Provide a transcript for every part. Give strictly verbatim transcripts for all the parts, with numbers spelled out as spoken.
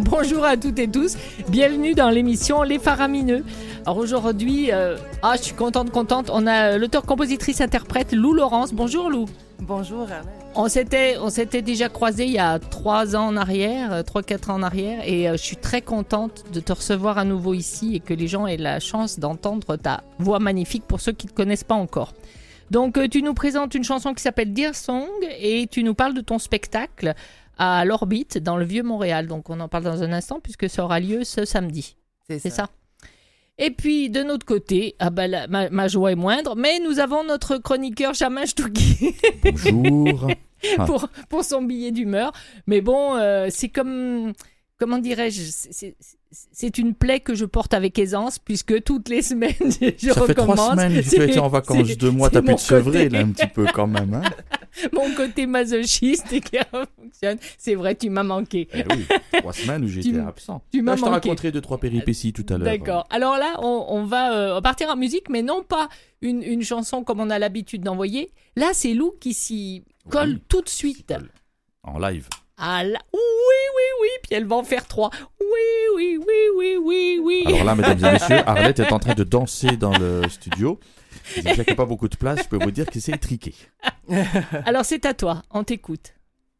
Bonjour à toutes et tous, bienvenue dans l'émission Les Faramineux. Alors aujourd'hui, euh, ah, je suis contente, contente, on a l'auteur-compositrice-interprète Lou Laurence. Bonjour Lou. Bonjour Arlette. On s'était, on s'était déjà croisés il y a trois ans en arrière, trois quatre ans en arrière, et euh, je suis très contente de te recevoir à nouveau ici et que les gens aient la chance d'entendre ta voix magnifique pour ceux qui ne te connaissent pas encore. Donc euh, tu nous présentes une chanson qui s'appelle Dear Song et tu nous parles de ton spectacle à l'Orbite dans le Vieux-Montréal. Donc on en parle dans un instant puisque ça aura lieu ce samedi. C'est, C'est ça. ça. Et puis de notre côté, ah ben, la, ma, ma joie est moindre, mais nous avons notre chroniqueur Jamin Stouki. Bonjour. pour, pour son billet d'humeur. Mais bon, euh, c'est comme... Comment dirais-je, c'est, c'est, c'est une plaie que je porte avec aisance puisque toutes les semaines je, je Ça recommence. fait trois semaines que tu étais en vacances, c'est, deux mois, c'est t'as pu mon te sevrer côté. là un petit peu quand même. Hein. Mon côté masochiste qui fonctionne. C'est vrai, tu m'as manqué. Eh oui, trois semaines où j'étais Tu- absent. tu m'as Là, je te manqué. raconterai deux, trois péripéties tout à l'heure. D'accord. Alors là, on, on va euh, partir en musique, mais non pas une, une chanson comme on a l'habitude d'envoyer. Là, c'est Lou qui s'y colle Oui, tout de suite. En live. Ah là, oui, oui, oui, puis elle va en faire trois. Oui, oui, oui, oui, oui, oui. Alors là, mesdames et messieurs, Arlette est en train de danser dans le studio. Déjà qu'il n'y a pas beaucoup de place, je peux vous dire que c'est étriqué. Alors c'est à toi, on t'écoute.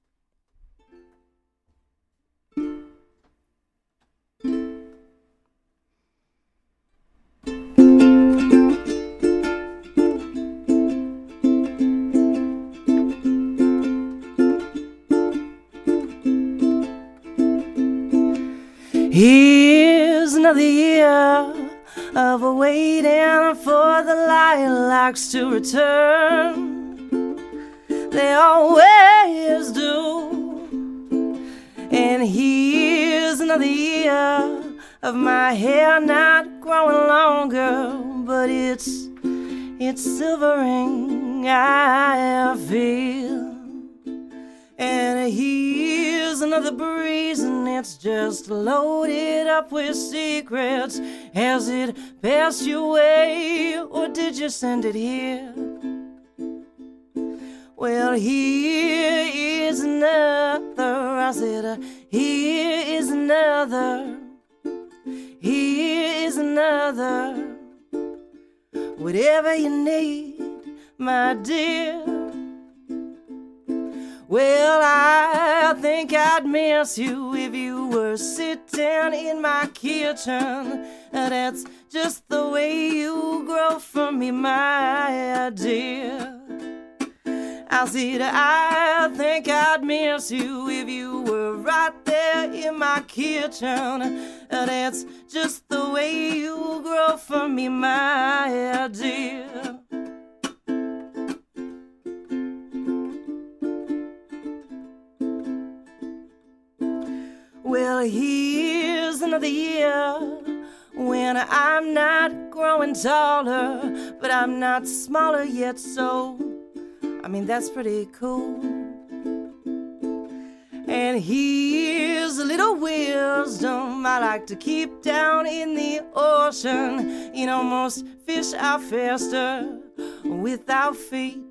Here's another year of waiting for the lilacs to return. They always do. And here's another year of my hair not growing longer, but it's it's silvering, I feel. And here's another breeze, and it's just loaded up with secrets. Has it passed your way, or did you send it here? Well, here is another, I said, uh, here is another, here is another. Whatever you need, my dear. Well, I think I'd miss you if you were sitting in my kitchen. That's just the way you grow for me, my dear. I said, I think I'd miss you if you were right there in my kitchen. That's just the way you grow for me, my dear. Well, here's another year when I'm not growing taller, but I'm not smaller yet, so, I mean, that's pretty cool. And here's a little wisdom I like to keep down in the ocean. You know, most fish are faster without feet.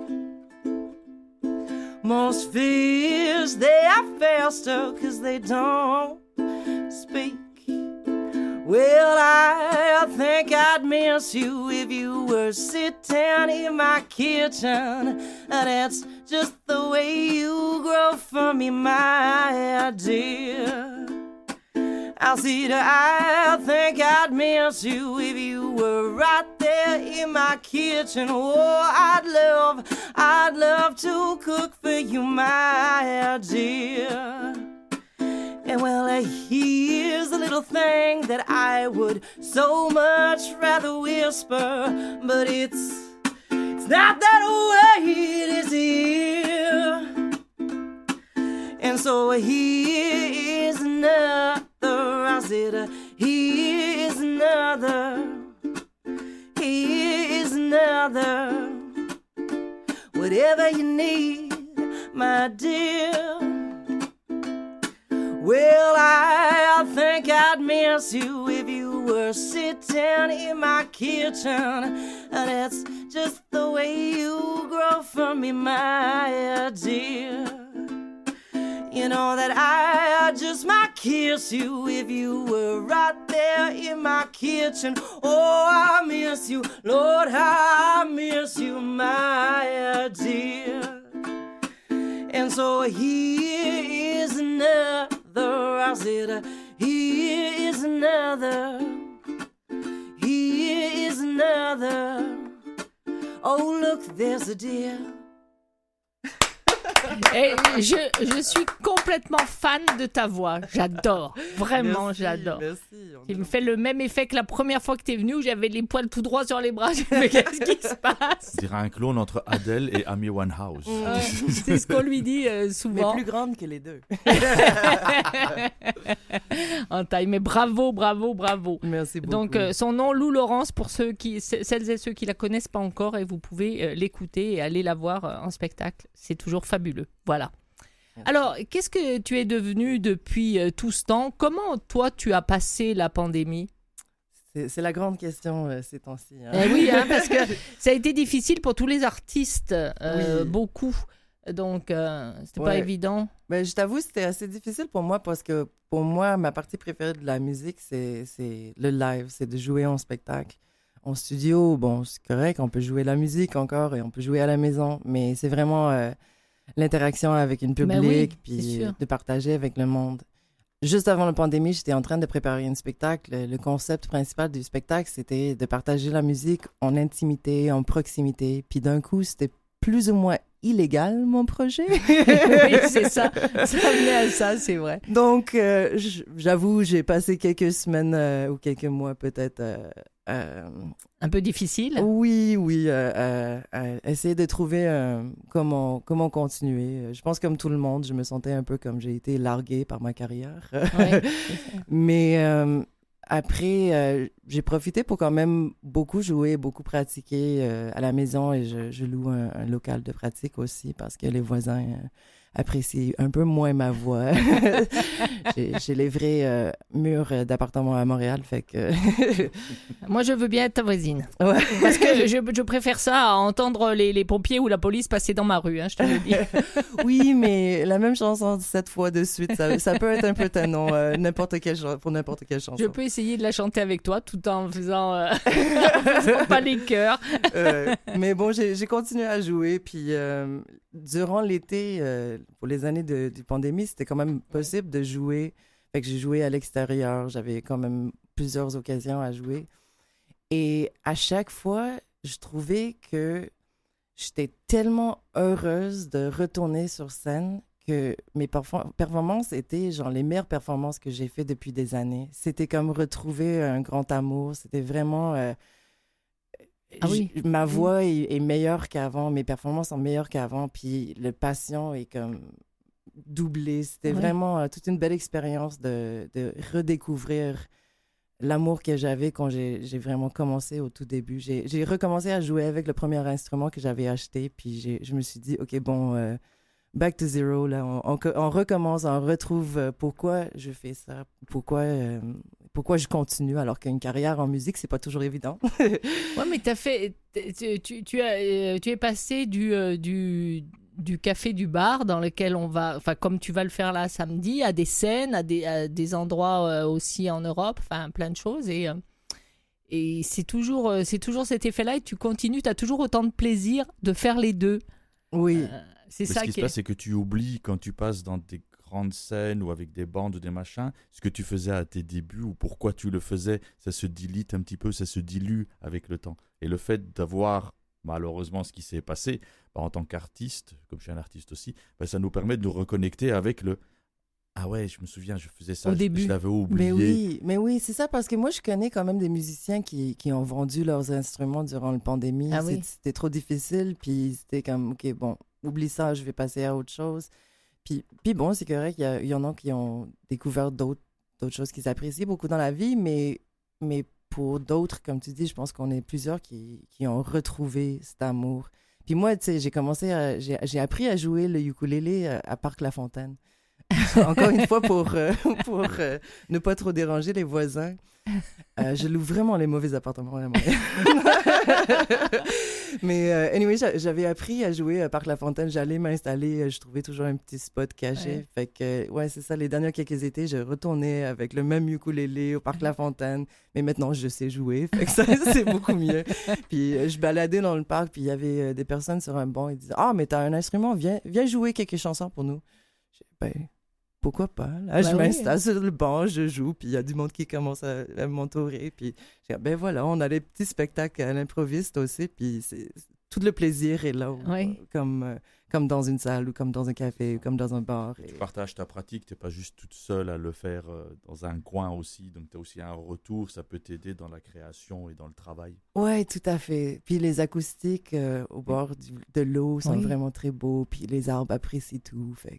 Most fish, they are faster 'cause they don't speak. Well, I think I'd miss you if you were sitting in my kitchen. That's just the way you grow for me, my dear. I said, I think I'd miss you if you were right there in my kitchen. Oh, I'd love, I'd love to cook for you, my dear. And well, uh, here's a little thing that I would so much rather whisper, but it's, it's not that way, it is here. And so here is another, I said, uh, here is another, here is another. Whatever you need, my dear. Well, I think I'd miss you if you were sitting in my kitchen. That's just the way you grow for me, my dear. You know that I just might kiss you if you were right there in my kitchen. Oh, I miss you, Lord, how I miss you, my dear. And so here is another, I said, here is another, here is another. Oh, look, there's a deer. Et je, je suis complètement fan de ta voix. J'adore. Vraiment, Merci, j'adore. Merci. Il me fait le même effet que la première fois que tu es venu où j'avais les poils tout droits sur les bras. Je me dis, qu'est-ce qui se passe? On dirait un clone entre Adele et Amy Winehouse. Ouais, c'est ce qu'on lui dit euh, Mais souvent. plus grande que les deux. En taille. Mais bravo, bravo, bravo. Merci beaucoup. Donc, euh, son nom, Lou Laurence, pour ceux qui, c- celles et ceux qui la connaissent pas encore, et vous pouvez euh, l'écouter et aller la voir euh, en spectacle. C'est toujours fabuleux. Voilà. Merci. Alors, qu'est-ce que tu es devenu depuis euh, tout ce temps? Comment, toi, tu as passé la pandémie? C'est, c'est la grande question euh, ces temps-ci. Hein. Eh oui, hein, parce que ça a été difficile pour tous les artistes, euh, Oui. beaucoup. Donc, euh, c'était pas Ouais. évident. Ben, je t'avoue, c'était assez difficile pour moi parce que pour moi, ma partie préférée de la musique, c'est, c'est le live, c'est de jouer en spectacle. En studio, bon, c'est correct, on peut jouer la musique encore et on peut jouer à la maison, mais c'est vraiment euh, l'interaction avec une Ben public, oui, c'est puis sûr. de partager avec le monde. Juste avant la pandémie, j'étais en train de préparer un spectacle. Le concept principal du spectacle, c'était de partager la musique en intimité, en proximité. Puis d'un coup, c'était plus ou moins illégal, mon projet. Oui, c'est ça. Ça venait à ça, c'est vrai. Donc, euh, j- j'avoue, j'ai passé quelques semaines euh, ou quelques mois peut-être. euh, euh, Un peu difficile. oui, oui, euh, euh, euh, essayer de trouver euh, comment, comment continuer. Je pense comme tout le monde, je me sentais un peu comme j'ai été larguée par ma carrière. Ouais. Mais euh, après, euh, j'ai profité pour quand même beaucoup jouer, beaucoup pratiquer euh, à la maison et je, je loue un, un local de pratique aussi parce que les voisins euh, apprécient un peu moins ma voix. j'ai, j'ai les vrais euh, murs d'appartement à Montréal, fait que... Moi, je veux bien être ta voisine. Ouais. Parce que je, je préfère ça à entendre les, les pompiers ou la police passer dans ma rue, hein, je te le dis. Oui, mais la même chanson sept fois de suite, ça, ça peut être un peu tannant euh, n'importe quelle chan- pour n'importe quelle chanson. Je peux essayer de la chanter avec toi tout en faisant, euh, en faisant pas les chœurs. Euh, mais bon, j'ai, j'ai continué à jouer. Puis euh, durant l'été, euh, pour les années de, de pandémie, c'était quand même possible de jouer. Fait que j'ai joué à l'extérieur. J'avais quand même plusieurs occasions à jouer. Et à chaque fois, je trouvais que j'étais tellement heureuse de retourner sur scène que mes perfor- performances étaient genre les meilleures performances que j'ai fait depuis des années. C'était comme retrouver un grand amour. C'était vraiment... euh, Ah oui. j- ma voix est, est meilleure qu'avant, mes performances sont meilleures qu'avant, puis le passion est comme doublé. C'était Ouais. vraiment euh, toute une belle expérience de, de redécouvrir l'amour que j'avais quand j'ai, j'ai vraiment commencé au tout début. J'ai, j'ai recommencé à jouer avec le premier instrument que j'avais acheté, puis j'ai, je me suis dit, OK, bon, euh, back to zero, là, on, on, co- on recommence, on retrouve euh, pourquoi je fais ça, pourquoi, euh, pourquoi je continue, alors qu'une carrière en musique, c'est pas toujours évident. Ouais, mais t'as fait, tu, tu, tu as, euh, tu es passé du, euh, du, du café du bar dans lequel on va, enfin comme tu vas le faire là samedi, à des scènes, à des, à des endroits euh, aussi en Europe, enfin plein de choses et euh, et c'est toujours, euh, c'est toujours cet effet-là et tu continues, tu as toujours autant de plaisir de faire les deux. Oui. Euh, c'est Mais ça ce qui qui se est... passe, c'est que tu oublies quand tu passes dans des grandes scènes ou avec des bandes ou des machins, ce que tu faisais à tes débuts ou pourquoi tu le faisais, ça se dilite un petit peu, ça se dilue avec le temps. Et le fait d'avoir malheureusement ce qui s'est passé, bah, en tant qu'artiste, comme je suis un artiste aussi, bah, ça nous permet de nous reconnecter avec le « Ah ouais, je me souviens, je faisais ça, Au je, début. je l'avais oublié. » Mais oui, mais oui, c'est ça, parce que moi, je connais quand même des musiciens qui, qui ont vendu leurs instruments durant la pandémie. Ah C'est- oui. C'était trop difficile, puis c'était comme, OK, bon, oublie ça, je vais passer à autre chose. Puis, puis bon, c'est correct, il y, a- il y en a qui ont découvert d'autres, d'autres choses qu'ils apprécient beaucoup dans la vie, mais, mais pour d'autres, comme tu dis, je pense qu'on est plusieurs qui, qui ont retrouvé cet amour. Puis moi, tu sais, j'ai commencé à, j'ai, j'ai appris à jouer le ukulélé à, à Parc La Fontaine. Encore une fois, pour, euh, pour euh, ne pas trop déranger les voisins. Euh, je loue vraiment les mauvais appartements à Montréal. Mais euh, anyway, j'a- j'avais appris à jouer à Parc La Fontaine. J'allais m'installer, euh, je trouvais toujours un petit spot caché. Ouais. Fait que, euh, ouais, c'est ça. Les derniers quelques étés, je retournais avec le même ukulélé au Parc La Fontaine. Mais maintenant, je sais jouer. Fait que ça, c'est beaucoup mieux. Puis euh, je baladais dans le parc, puis il y avait euh, des personnes sur un banc. Ils disaient, ah, mais t'as un instrument, viens, viens jouer quelques chansons pour nous. J'ai dit, ben, pourquoi pas? Là, Bah je oui. m'installe sur le banc, je joue, puis il y a du monde qui commence à, à m'entourer. Puis, j'ai dit, ben voilà, on a des petits spectacles à l'improviste aussi, puis c'est, tout le plaisir est là, où- Oui. comme, euh, comme dans une salle, ou comme dans un café, ou comme dans un bar. Et... Tu partages ta pratique, tu n'es pas juste toute seule à le faire euh, dans un coin aussi, donc tu as aussi un retour, ça peut t'aider dans la création et dans le travail. Ouais, tout à fait. Puis les acoustiques euh, au bord du- de l'eau sont Oui. vraiment très beaux, puis les arbres apprécient tout. Fait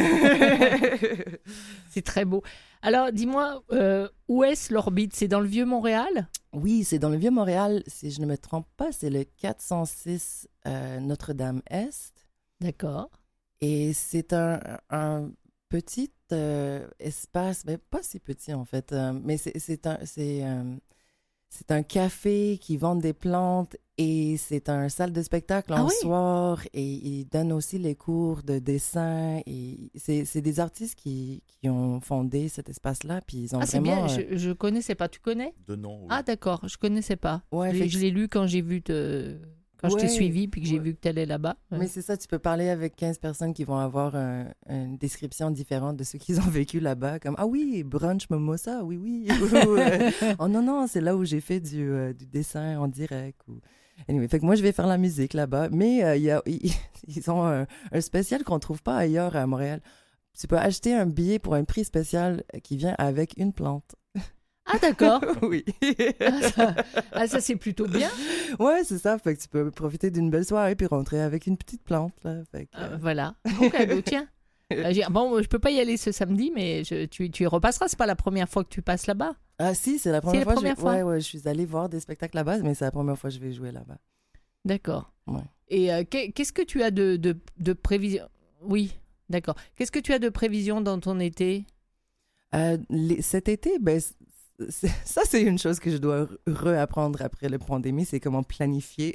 que- C'est très beau. Alors, dis-moi, euh, où est-ce l'orbite? C'est dans le Vieux-Montréal? Oui, c'est dans le Vieux-Montréal, si je ne me trompe pas, c'est le quatre cent six euh, Notre-Dame-Est. D'accord. Et c'est un, un petit euh, espace, mais pas si petit en fait, euh, mais c'est, c'est, un, c'est, euh, c'est un café qui vend des plantes et c'est un salle de spectacle Ah en oui? soir et ils donnent aussi les cours de dessin. Et c'est, c'est des artistes qui, qui ont fondé cet espace-là, puis ils ont Ah, c'est vraiment... bien. euh, Je, je connaissais pas. Tu connais? De nom, oui. Ah, d'accord. Je connaissais pas. Ouais, je, fait l'ai- que je l'ai lu quand j'ai vu te... quand je t'ai Ouais, suivi puis que j'ai ouais. vu que tu allais là-bas. Ouais. Mais c'est ça, tu peux parler avec quinze personnes qui vont avoir un- une description différente de ce qu'ils ont vécu là-bas. Comme, ah oui, brunch mimosa, oui, oui. Ou, euh, oh non, non, c'est là où j'ai fait du, euh, du dessin en direct. Ou... Anyway, fait que moi, je vais faire la musique là-bas. Mais euh, il y a, ils, ils ont un, un spécial qu'on ne trouve pas ailleurs à Montréal. Tu peux acheter un billet pour un prix spécial qui vient avec une plante. Ah, d'accord. Oui. ah, ça, ah, ça, c'est plutôt bien. Ouais, c'est ça. Fait que tu peux profiter d'une belle soirée puis rentrer avec une petite plante. Là. Fait que, Ah, euh, voilà. Bon cadeau, tiens. Euh, j'ai- bon, je peux pas y aller ce samedi, mais je- tu, tu y repasseras. C'est pas la première fois que tu passes là-bas. Ah si, c'est la première la fois. première je... fois. Ouais, ouais, je suis allée voir des spectacles là-bas, mais c'est la première fois que je vais jouer là-bas. D'accord. Ouais. Et euh, qu'est- qu'est-ce que tu as de, de, de prévision? Oui, d'accord. Qu'est-ce que tu as de prévision dans ton été? Euh, les- cet été, ben, c- c- ça c'est une chose que je dois re- reapprendre après la pandémie, c'est comment planifier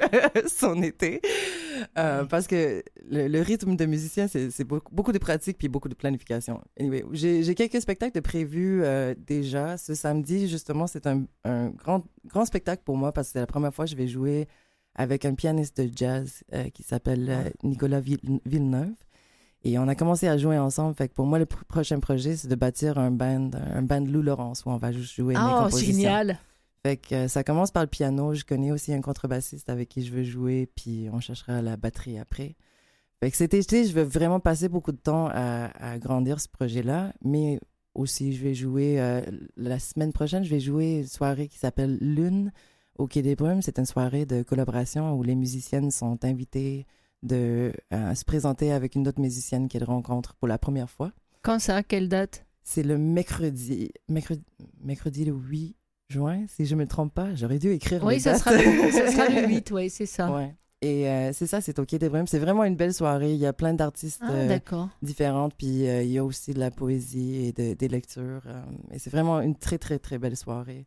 son été. Euh, parce que le, le rythme de musicien, c'est c'est beaucoup, beaucoup de pratique puis beaucoup de planification. Anyway, j'ai j'ai quelques spectacles de prévus euh, déjà. Ce samedi, justement, c'est un, un grand, grand spectacle pour moi parce que c'est la première fois que je vais jouer avec un pianiste de jazz euh, qui s'appelle euh, Nicolas Vill- Villeneuve. Et on a commencé à jouer ensemble. Fait que pour moi, le pr- prochain projet, c'est de bâtir un band, un band Lou Laurence où on va juste jouer mes Oh, compositions. génial. Fait que euh, ça commence par le piano. Je connais aussi un contrebassiste avec qui je veux jouer, puis on cherchera la batterie après. Fait que cet été, je vais vraiment passer beaucoup de temps à, à grandir ce projet-là, mais aussi je vais jouer, euh, la semaine prochaine, je vais jouer une soirée qui s'appelle Lune au Quai des Brumes. C'est une soirée de collaboration où les musiciennes sont invitées de euh, se présenter avec une autre musicienne qu'elles rencontrent pour la première fois. Quand ça? Quelle date? C'est le mercredi, mercredi, mercredi le huit juin, si je ne me trompe pas. J'aurais dû écrire Oui, les ça dates. sera, le, ça sera le huit, oui, c'est ça. Ouais. Et euh, c'est ça, c'est au Quai des Brumes. C'est vraiment une belle soirée. Il y a plein d'artistes Ah, euh, d'accord. différentes. Puis euh, il y a aussi de la poésie et de- des lectures. euh, et c'est vraiment une très, très, très belle soirée.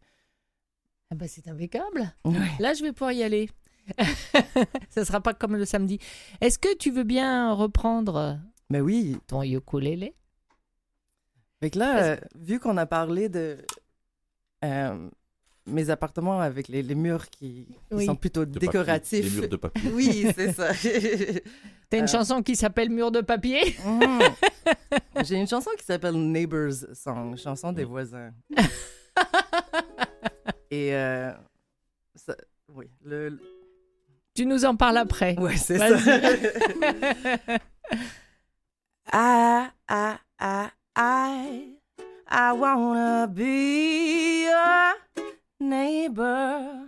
Ah bah, c'est impeccable. Ouais. Là, je vais pouvoir y aller. Ça sera pas comme le samedi. Est-ce que tu veux bien reprendre Mais oui. ton ukulélé? Fait que là, euh, vu qu'on a parlé de euh, mes appartements avec les, les murs qui, qui Oui. sont plutôt De papier, décoratifs. des murs de papier. Oui, c'est ça. T'as une Euh. chanson qui s'appelle Mur de papier? Mhm. J'ai une chanson qui s'appelle Neighbors Song, chanson des voisins. Et euh, ça- oui, le, Tu nous en parles après. ouais, c'est Vas-y. ça. I, I, I, I, I wanna be a neighbor.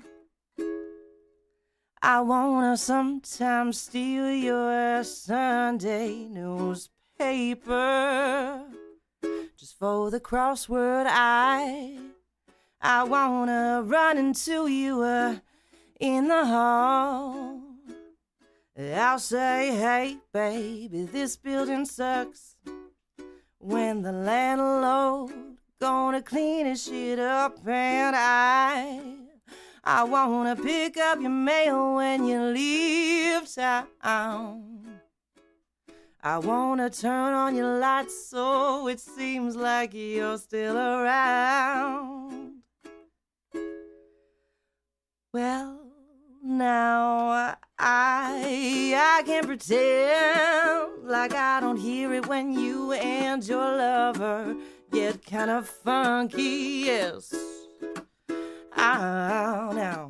I wanna sometimes steal your Sunday newspaper just for the crossword I. I wanna run into you uh, in the hall. I'll say, hey, baby, this building sucks. When the landlord gonna clean his shit up, and I, I wanna pick up your mail when you leave town. I wanna turn on your lights so it seems like you're still around. Well, now I I can pretend like I don't hear it when you and your lover get kind of funky, yes. Ah, now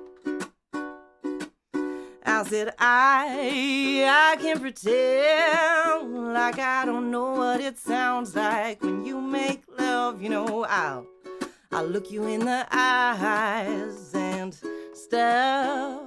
I said I I can pretend like I don't know what it sounds like when you make love. You know, I'll I'll look you in the eyes and stuff.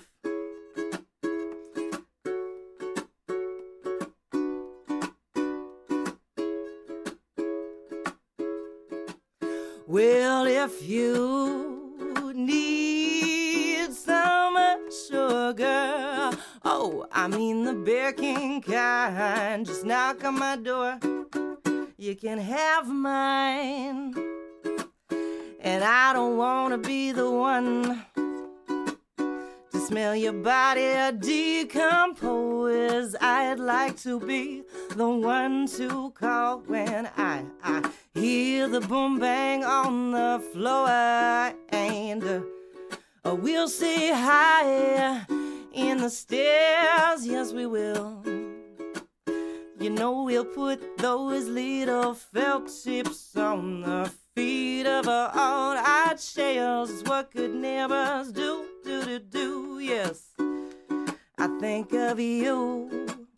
Well, if you need some sugar, oh, I mean the Bear King kind, just knock on my door. You can have mine. And I don't want to be the one to smell your body decompose. I'd like to be the one to call when I, I hear the boom bang on the floor. And uh, we'll say hi in the stairs, yes we will. You know we'll put those little felt tips on the feet of our all-eyed shells. What could neighbors do, do, do, do, yes. I think of you.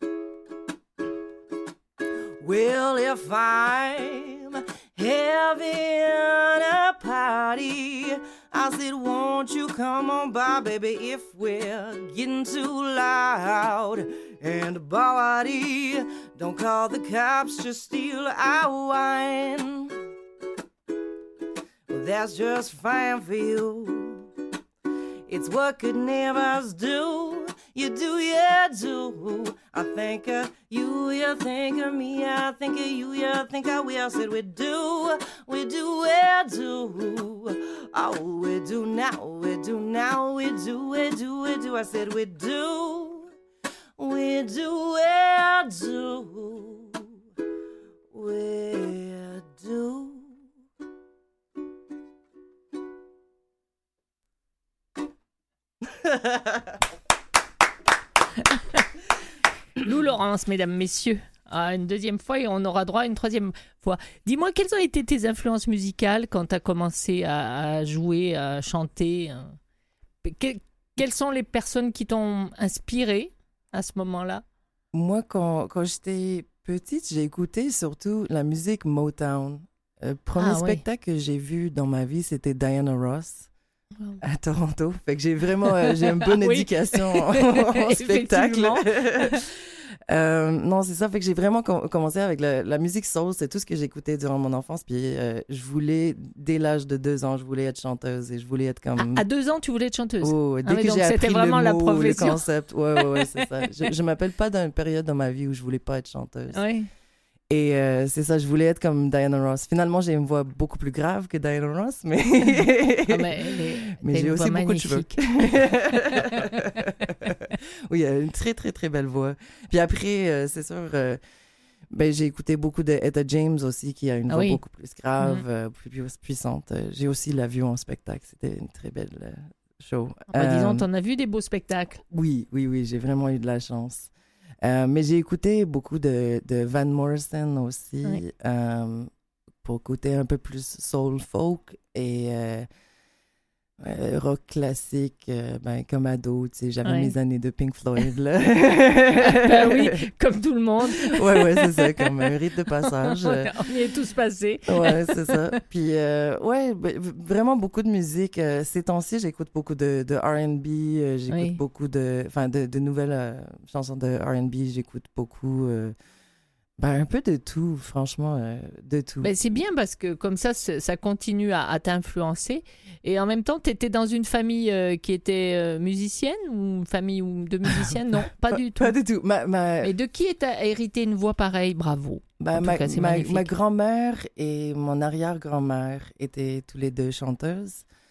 Well, if I'm having a party, I said, won't you come on by, baby, if we're getting too loud and bawdy. Don't call the cops, just steal our wine. Well, that's just fine for you. It's what could neighbors do. You do, you do. I think of you, you think of me. I think of you, you think of we. I said we do, we do, we do. Oh, we do now, we do now, we do, we do, we do. I said we do, we do, we do, we do. Lou Laurence, mesdames, messieurs, à une deuxième fois et on aura droit à une troisième fois. Dis-moi, quelles ont été tes influences musicales quand tu as commencé à, à jouer, à chanter? Que, quelles sont les personnes qui t'ont inspiré à ce moment-là? Moi, quand, quand j'étais petite, j'ai écouté surtout la musique Motown. Le premier Ah, spectacle oui. que j'ai vu dans ma vie, c'était Diana Ross. Wow. À Toronto. Fait que j'ai vraiment euh, j'ai une bonne oui. éducation en, en spectacle. euh, non, c'est ça. Fait que j'ai vraiment com- commencé avec la, la musique soul. C'est tout ce que j'écoutais durant mon enfance. Puis euh, je voulais, dès l'âge de deux ans, je voulais être chanteuse et je voulais être comme... À, à deux ans, tu voulais être chanteuse? Oh, dès ah, que donc j'ai c'était appris vraiment le la mot, profession. le concept. Ouais, ouais, ouais, c'est ça. Je, je m'appelle pas d'une période dans ma vie où je voulais pas être chanteuse. Oui. Et euh, c'est ça, je voulais être comme Diana Ross. Finalement, j'ai une voix beaucoup plus grave que Diana Ross, mais, ah, mais, les... mais j'ai aussi beaucoup magnifique. de cheveux. Oui, elle a une très, très, très belle voix. Puis après, euh, c'est sûr, euh, ben, j'ai écouté beaucoup de Etta James aussi, qui a une ah, voix oui. beaucoup plus grave, mm-hmm. euh, plus, plus puissante. J'ai aussi la vue en spectacle. C'était une très belle euh, show. Bah, euh, disons, t'en as vu des beaux spectacles. Oui, oui, oui, j'ai vraiment eu de la chance. Euh, mais j'ai écouté beaucoup de, de Van Morrison aussi, oui. euh, pour écouter un peu plus soul folk et euh, euh, rock classique, euh, ben, comme ado, tu sais, j'avais oui. mes années de Pink Floyd, là. Ben oui, comme tout le monde. Ouais, ouais, c'est ça, comme un rite de passage. On y est tous passés. Ouais, c'est ça. Puis, euh, ouais, b- vraiment beaucoup de musique. Euh, ces temps-ci, j'écoute beaucoup de, de R and B, euh, j'écoute oui. beaucoup de, enfin, de, de nouvelles euh, chansons de R and B, j'écoute beaucoup... Euh, Ben, un peu de tout, franchement, euh, de tout. Ben, c'est bien parce que comme ça, ça continue à, à t'influencer. Et en même temps, tu étais dans une famille euh, qui était euh, musicienne ou une famille de musiciennes? Non, pas, pas du tout. Pas du tout. Ma, ma... Mais de qui est hérité une voix pareille? Bravo. Ben, en ma, tout cas, c'est ma, magnifique. ma grand-mère et mon arrière-grand-mère étaient tous les deux chanteuses.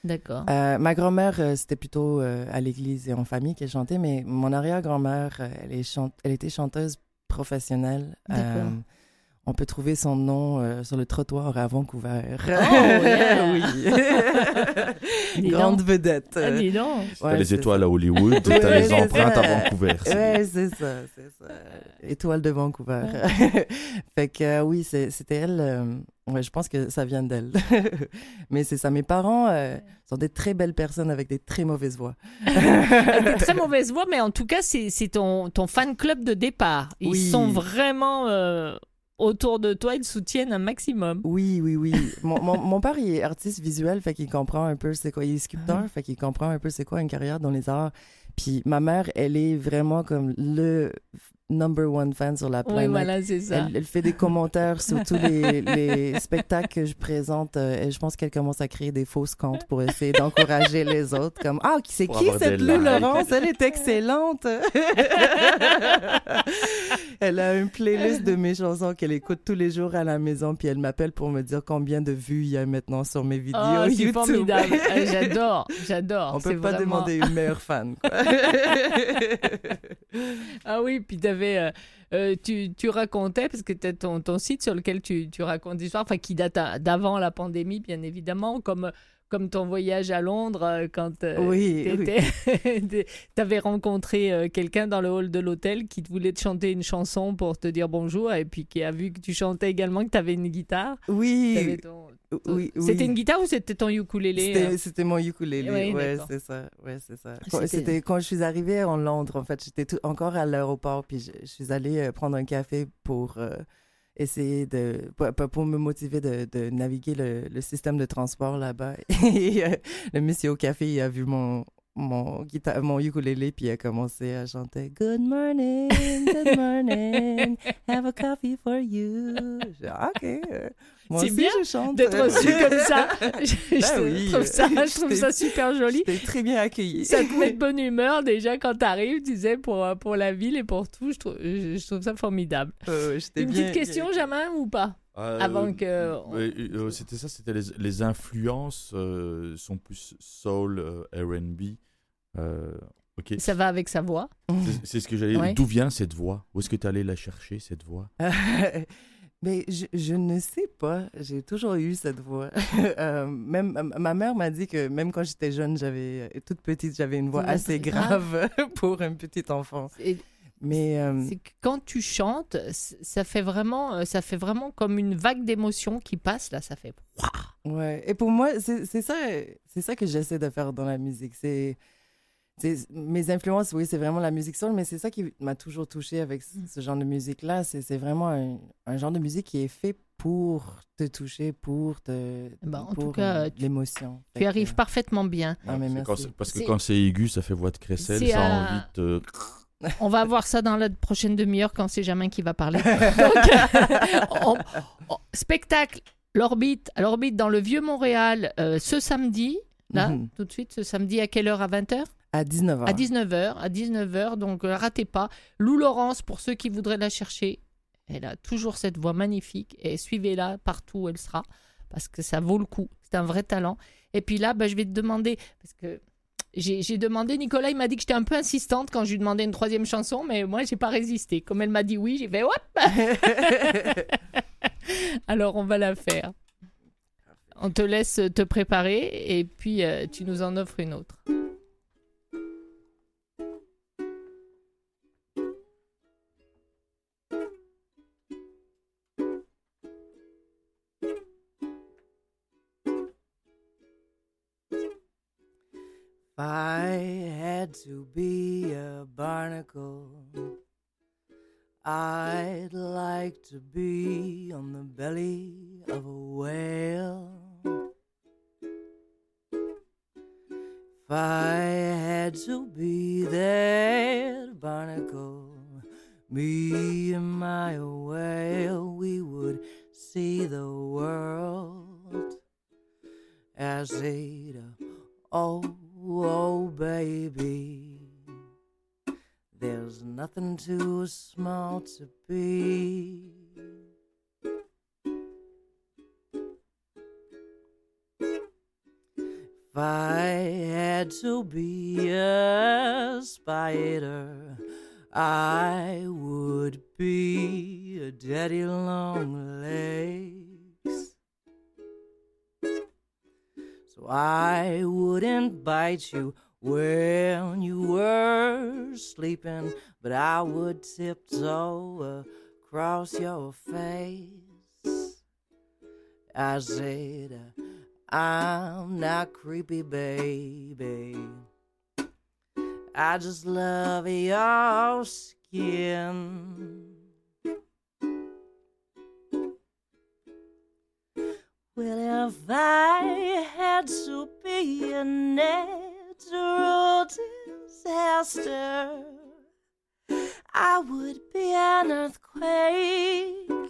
D'accord. Euh, ma grand-mère, euh, c'était plutôt euh, à l'église et en famille qu'elle chantait, mais mon arrière-grand-mère, euh, elle, est chante... elle était chanteuse professionnelle. D'accord. Euh, on peut trouver son nom euh, sur le trottoir à Vancouver. Oh, yeah. Oui. Dis Grande donc. vedette. Ah, dis donc. T'as Ouais, les c'est étoiles ça. à Hollywood, Ouais, t'as les c'est empreintes ça. à Vancouver. c'est Ouais, c'est ça, c'est ça. Étoile de Vancouver. Fait que euh, oui, c'est- c'était elle. euh, ouais, je pense que ça vient d'elle. Mais c'est ça. Mes parents euh, sont des très belles personnes avec des très mauvaises voix. Avec des très mauvaises voix, mais en tout cas, c'est c'est ton, ton fan club de départ. Ils Oui. sont vraiment euh, autour de toi, ils te soutiennent un maximum. Oui, oui, oui. Mon, mon, mon père, il est artiste visuel, fait qu'il comprend un peu c'est quoi. Il est sculpteur, fait qu'il comprend un peu c'est quoi une carrière dans les arts. Puis ma mère, elle est vraiment comme le number one fan sur la planète. Oui, voilà, c'est ça. Elle, elle fait des commentaires sur tous les, les spectacles que je présente. euh, et je pense qu'elle commence à créer des fausses comptes pour essayer d'encourager les autres. Comme, ah, qui- c'est Pour qui avoir cette des Lou likes. Laurence? Elle est excellente. Elle a une playlist de mes chansons qu'elle écoute tous les jours à la maison. Puis elle m'appelle pour me dire combien de vues il y a maintenant sur mes vidéos Oh, c'est YouTube. formidable. Ah, j'adore, j'adore. On C'est peut pas vraiment- demander une meilleure fan. Quoi. Ah oui, puis t'avais, euh, euh, tu, tu racontais, parce que tu as ton, ton site sur lequel tu, tu racontes des histoires, enfin qui date à- d'avant la pandémie, bien évidemment, comme, comme ton voyage à Londres, euh, quand euh, Oui, tu avais rencontré euh, quelqu'un dans le hall de l'hôtel qui te voulait te chanter une chanson pour te dire bonjour, et puis qui a vu que tu chantais également, que tu avais une guitare. Oui. T'avais ton- Oui, oui. C'était une guitare ou c'était ton ukulélé? C'était, euh c'était mon ukulélé, Oui, ouais, d'accord. c'est ça, ouais, c'est ça. C'était- Quand, c'était quand je suis arrivée en Londres, en fait, j'étais tout- encore à l'aéroport, puis je, je suis allée euh, prendre un café pour euh, essayer de, pour, pour- pour me motiver de, de naviguer le, le système de transport là-bas. Et euh, le monsieur au café, il a vu mon mon guitare, mon ukulélé, puis il a commencé à chanter Good morning, good morning, have a coffee for you. J'ai dit, ok, euh, moi C'est aussi bien je chante. d'être reçu comme ça. Je, je oui. trouve ça, je trouve ça super joli. J'étais très bien accueillie. Ça te met de bonne humeur déjà quand t'arrives, tu disais, pour, euh, pour la ville et pour tout. Je trouve, je, je trouve ça formidable. Euh, j'étais Une bien- petite question, Jamin, ou pas? Euh, Avant que- euh, euh, c'était ça, c'était les, les influences euh, sont plus soul, euh, R and B. Euh, ok. Ça va avec sa voix. C'est, c'est ce que j'allais dire. Ouais. D'où vient cette voix? Où est-ce que tu allais la chercher, cette voix? Mais je, je ne sais pas. J'ai toujours eu cette voix. Euh, même ma- ma mère m'a dit que même quand j'étais jeune, j'avais toute petite, j'avais une voix Une voix assez très grave pour un petit enfant. Et Mais euh, c'est que quand tu chantes, c- ça fait vraiment, euh, ça fait vraiment comme une vague d'émotions qui passe là. Ça fait. ouais. Et pour moi, c'est c'est ça, c'est ça que j'essaie de faire dans la musique. C'est c'est- mes influences, oui, c'est vraiment la musique soul, mais c'est ça qui m'a toujours touchée avec ce, ce genre de musique-là. C'est c'est vraiment un, un genre de musique qui est fait pour te toucher, pour te Ben, en pour tout cas, tu- l'émotion. Tu Fait que- arrives parfaitement bien. Ah, mais C'est merci. quand c'est- parce que C'est- quand c'est aigu, ça fait voix de crécelle, C'est ça a à- envie de te... On va voir ça dans la prochaine demi-heure quand c'est Jamin qui va parler. Donc, on- on- spectacle, l'orbite, à l'orbite dans le Vieux-Montréal euh, ce samedi, là, Mhm. tout de suite, ce samedi à quelle heure? À vingt heures? À dix-neuf heures. À dix-neuf heures, à dix-neuf heures, donc euh, ratez pas. Lou Laurence, pour ceux qui voudraient la chercher, elle a toujours cette voix magnifique et suivez-la partout où elle sera parce que ça vaut le coup. C'est un vrai talent. Et puis là, bah, je vais te demander, parce que j'ai j'ai demandé, Nicolas, il m'a dit que j'étais un peu insistante quand je lui demandais une troisième chanson, mais moi, j'ai pas résisté. Comme elle m'a dit oui, j'ai fait hop. Alors, on va la faire. On te laisse te préparer et puis euh, tu nous en offres une autre. If I had to be a barnacle, I'd like to be on the belly of a whale. If I had to be that barnacle, me and my whale, we would see the world as it, oh, oh, baby, there's nothing too small to be. If If I had to be a spider, I would be a daddy long legs. So I wouldn't bite you when you were sleeping, but I would tiptoe across your face. I said, I'm not creepy, baby. I just love your skin. Well, if I had to be a natural disaster, I would be an earthquake.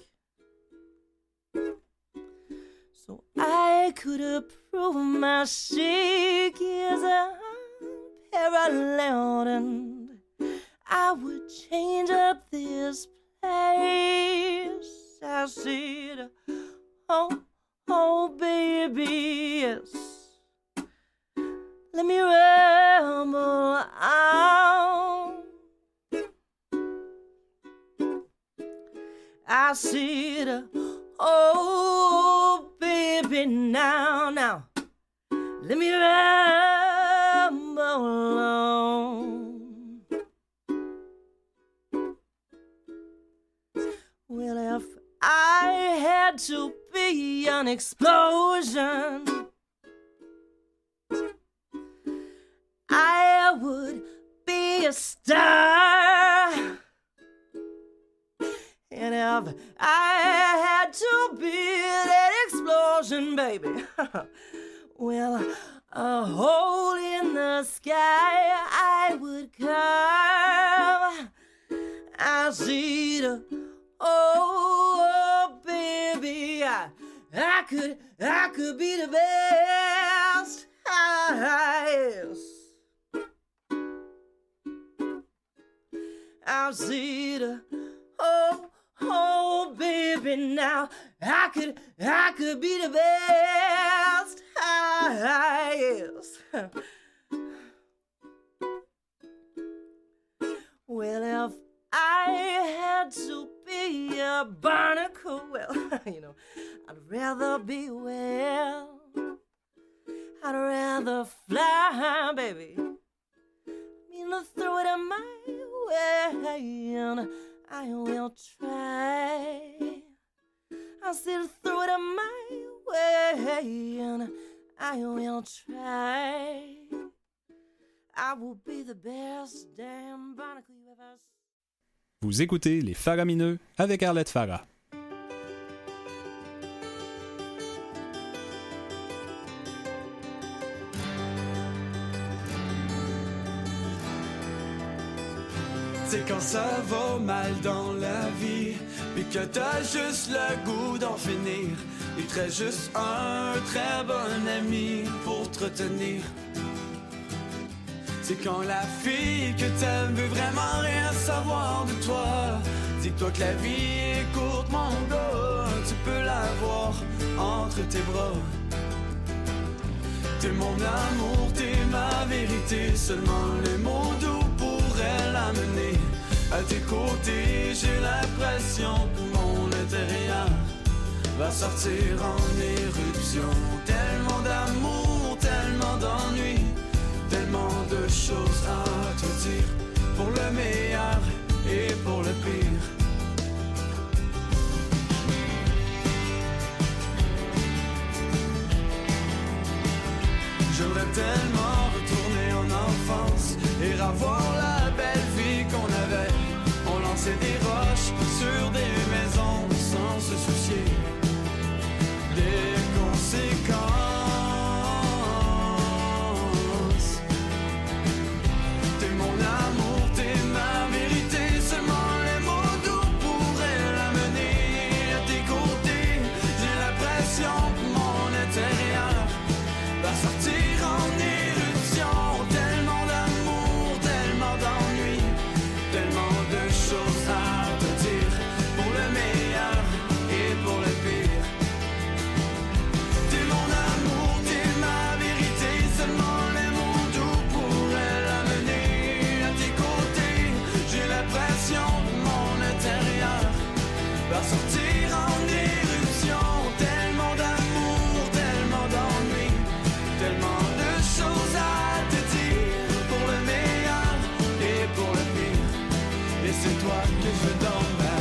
So I could approve my chic is unparalleled, and I would change up this place. I said, oh, oh, baby, yes. Let me ramble on. I said, oh, baby, now, now, let me ramble on. Well, if I had to be an explosion, I would be a star. And if I had to be that explosion, baby, well, a hole in the sky I would carve. I see the, oh, baby, I, I could, I could be the best. Yes. I see the, oh, oh, baby, now I could, I could be the best. Yes. Well, if I had to be a barnacle, well, you know, I'd rather be well. I'd rather fly, baby. I mean, to throw it in my way, and I will try. I said, throw it in my way, and I will try. I will be the best damn barnacle you ever seen. Vous écoutez Les Faramineux avec Arlette Farah. C'est quand ça va mal dans la vie, puis que t'as juste le goût d'en finir. Il te reste juste un très bon ami pour te retenir. C'est quand la fille que t'aimes veut vraiment rien savoir de toi. Dis-toi que la vie est courte, mon gars, tu peux l'avoir entre tes bras. T'es mon amour, t'es ma vérité, seulement les mots doux pourraient l'amener. À tes côtés, j'ai l'impression que mon intérieur va sortir en éruption. Tellement d'amour, tellement d'ennui, tellement de choses à te dire, pour le meilleur et pour le pire. J'aimerais tellement retourner en enfance et revoir la belle vie qu'on avait. On lançait des roches sur des maisons sans se soucier des conséquences. T'es mon amour, t'es ma vérité. Et c'est toi que je veux dans ma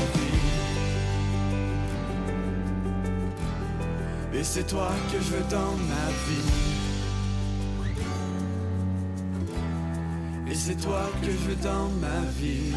vie. Et c'est toi que je veux dans ma vie. Et c'est toi que je veux dans ma vie.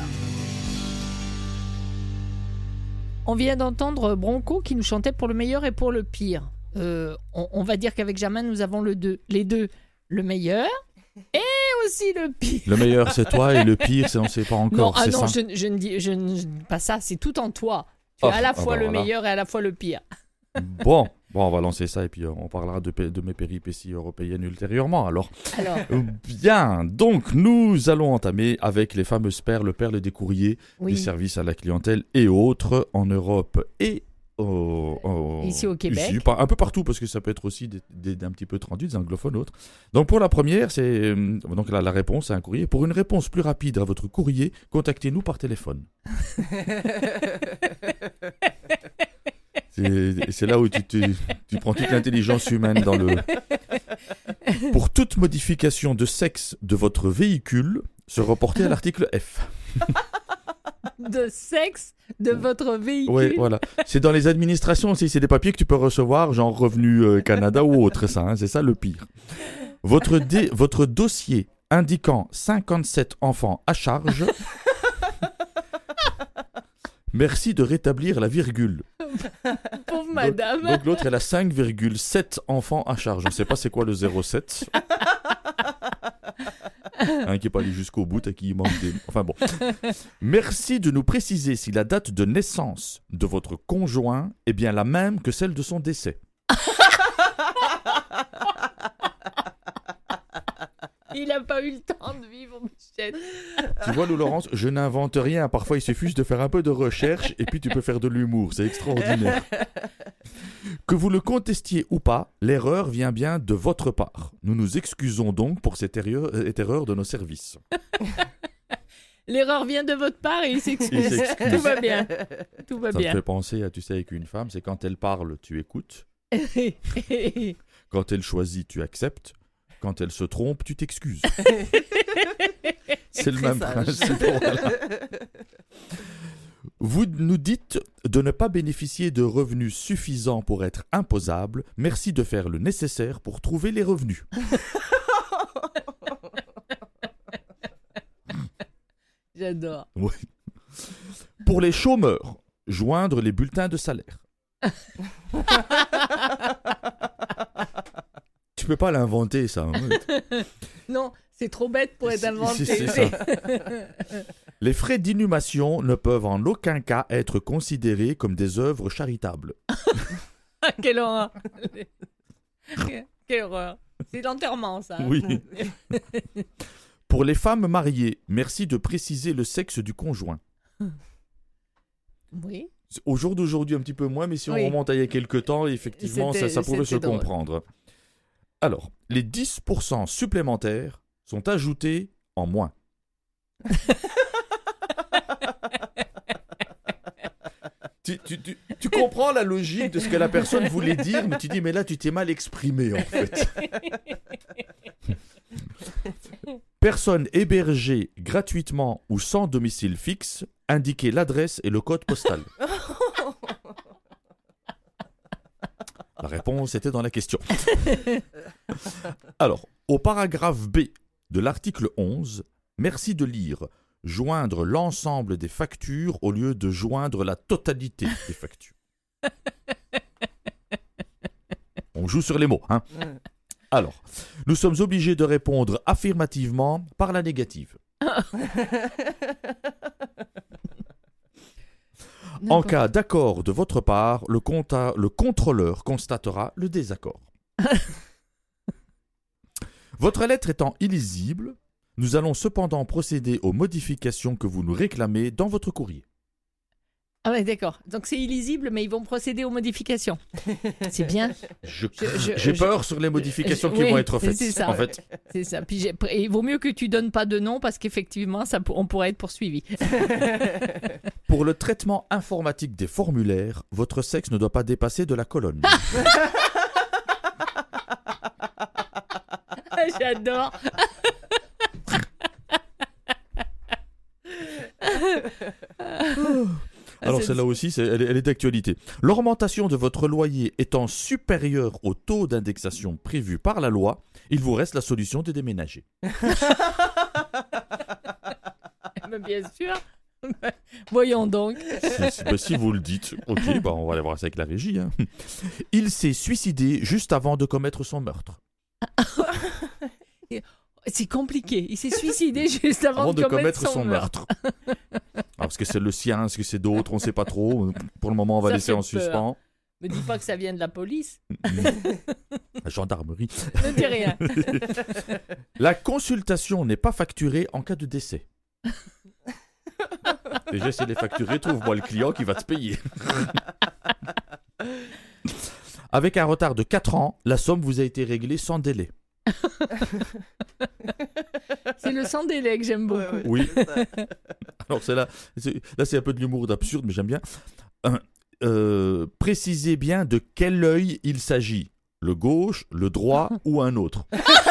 On vient d'entendre Bronco qui nous chantait pour le meilleur et pour le pire. Euh, on, on va dire qu'avec Germain, nous avons le deux, les deux, le meilleur et aussi le pire. Le meilleur, c'est toi, et le pire, c'est on ne sait pas encore. Non, ah c'est non, ça je, je, ne dis, je ne dis pas ça, c'est tout en toi. Tu Oh, as à la ah fois bah le voilà. meilleur et à la fois le pire. Bon, bon, on va lancer ça et puis euh, on parlera de, de mes péripéties européennes ultérieurement. Alors, Alors, bien, donc nous allons entamer avec les fameuses perles, perles des courriers, oui, des services à la clientèle et autres en Europe et au, au- Ici au Québec. ici, pas- un peu partout parce que ça peut être aussi des, des- d'un petit peu traduit, des anglophones autres. Donc pour la première, c'est euh, donc la, la réponse, c'est un courrier. Pour une réponse plus rapide à votre courrier, contactez-nous par téléphone. C'est, c'est là où tu, te- tu prends toute l'intelligence humaine dans le... Pour toute modification de sexe de votre véhicule, se reporter à l'article F. de sexe de votre véhicule. Oui, voilà. C'est dans les administrations aussi, c'est des papiers que tu peux recevoir, genre Revenu euh, Canada ou autre, ça, hein, c'est ça le pire. Votre, dé- votre dossier indiquant cinquante-sept enfants à charge. Merci de rétablir la virgule. Pauvre madame. Donc, donc l'autre, elle a cinq virgule sept enfants à charge. Je ne sais pas c'est quoi le zéro virgule sept. Hein, qui n'est pas allé jusqu'au bout, à qui il manque des... Enfin bon. Merci de nous préciser si la date de naissance de votre conjoint est bien la même que celle de son décès. Il n'a pas eu le temps de vivre, Michel. Tu vois, Lou Laurence, je n'invente rien. Parfois, il suffit juste de faire un peu de recherche et puis tu peux faire de l'humour. C'est extraordinaire. Que vous le contestiez ou pas, l'erreur vient bien de votre part. Nous nous excusons donc pour cette erreur, cette erreur de nos services. L'erreur vient de votre part et il Il s'excuse. s'excuse. Tout va bien. Tout va Ça me bien. fait penser à, tu sais, avec une femme, c'est quand elle parle, tu écoutes. Quand elle choisit, tu acceptes. Quand elle se trompe, tu t'excuses. C'est le Très même sage. principe. Voilà. Vous nous dites de ne pas bénéficier de revenus suffisants pour être imposable. Merci de faire le nécessaire pour trouver les revenus. J'adore. Oui. Pour les chômeurs, joindre les bulletins de salaire. Tu peux pas l'inventer, ça. hein. Non, c'est trop bête pour être C'est- inventé. c'est- c'est ça. Les frais d'inhumation ne peuvent en aucun cas être considérés comme des œuvres charitables. Quelle horreur. Quelle horreur. C'est l'enterrement, ça. Oui. Pour les femmes mariées, merci de préciser le sexe du conjoint. Oui. Au jour d'aujourd'hui, un petit peu moins, mais si on Oui. remonte à il y a quelques temps, effectivement, ça, C'était- ça pouvait se c'était drôle. comprendre. Alors, les dix pour cent supplémentaires sont ajoutés en moins. tu, tu- tu- tu comprends la logique de ce que la personne voulait dire, mais tu dis, mais là, tu t'es mal exprimé, en fait. Personne hébergée gratuitement ou sans domicile fixe, indiquez l'adresse et le code postal. La réponse était dans la question. Alors, au paragraphe B de l'article onze, merci de lire « Joindre l'ensemble des factures au lieu de joindre la totalité des factures. » On joue sur les mots, hein. Alors, nous sommes obligés de répondre affirmativement par la négative. En cas d'accord de votre part, le, compta- le contrôleur constatera le désaccord. Votre lettre étant illisible, nous allons cependant procéder aux modifications que vous nous réclamez dans votre courrier. Ah ouais, d'accord. Donc c'est illisible, mais ils vont procéder aux modifications. C'est bien. Je- Je- je- J'ai je- peur sur les modifications je- qui oui, vont être faites. c'est ça. En fait, C'est ça. Puis j'ai- et il vaut mieux que tu donnes pas de nom parce qu'effectivement, ça, pour- on pourrait être poursuivi. pour le traitement informatique des formulaires, votre sexe ne doit pas dépasser de la colonne. J'adore. Alors c'est- celle-là aussi, c'est- elle, est- elle est d'actualité. L'augmentation de votre loyer étant supérieure au taux d'indexation prévu par la loi, il vous reste la solution de déménager. Mais bien sûr. Voyons donc. Si, si- bah, si vous le dites, ok, bah, on va aller voir ça avec la régie. hein. Il s'est suicidé juste avant de commettre son meurtre. C'est compliqué. Il s'est suicidé juste avant, Avant de commettre, commettre son meurtre. Ah, parce que c'est le sien, est-ce que c'est d'autres, on ne sait pas trop. Pour le moment, on va Ça laisser fait en peur. suspens. Me dis pas que ça vient de la police. La gendarmerie. Ne dis rien. La consultation n'est pas facturée en cas de décès. Déjà, si elle est facturée, trouve-moi le client qui va te payer. Avec un retard de quatre ans, la somme vous a été réglée sans délai. C'est le sans délai que j'aime beaucoup. Ouais, ouais, Oui. c'est ça. Alors, c'est là, c'est- là, c'est un peu de l'humour d'absurde, mais j'aime bien. Euh, euh, précisez bien de quel œil il s'agit. Le gauche, le droit ou un autre.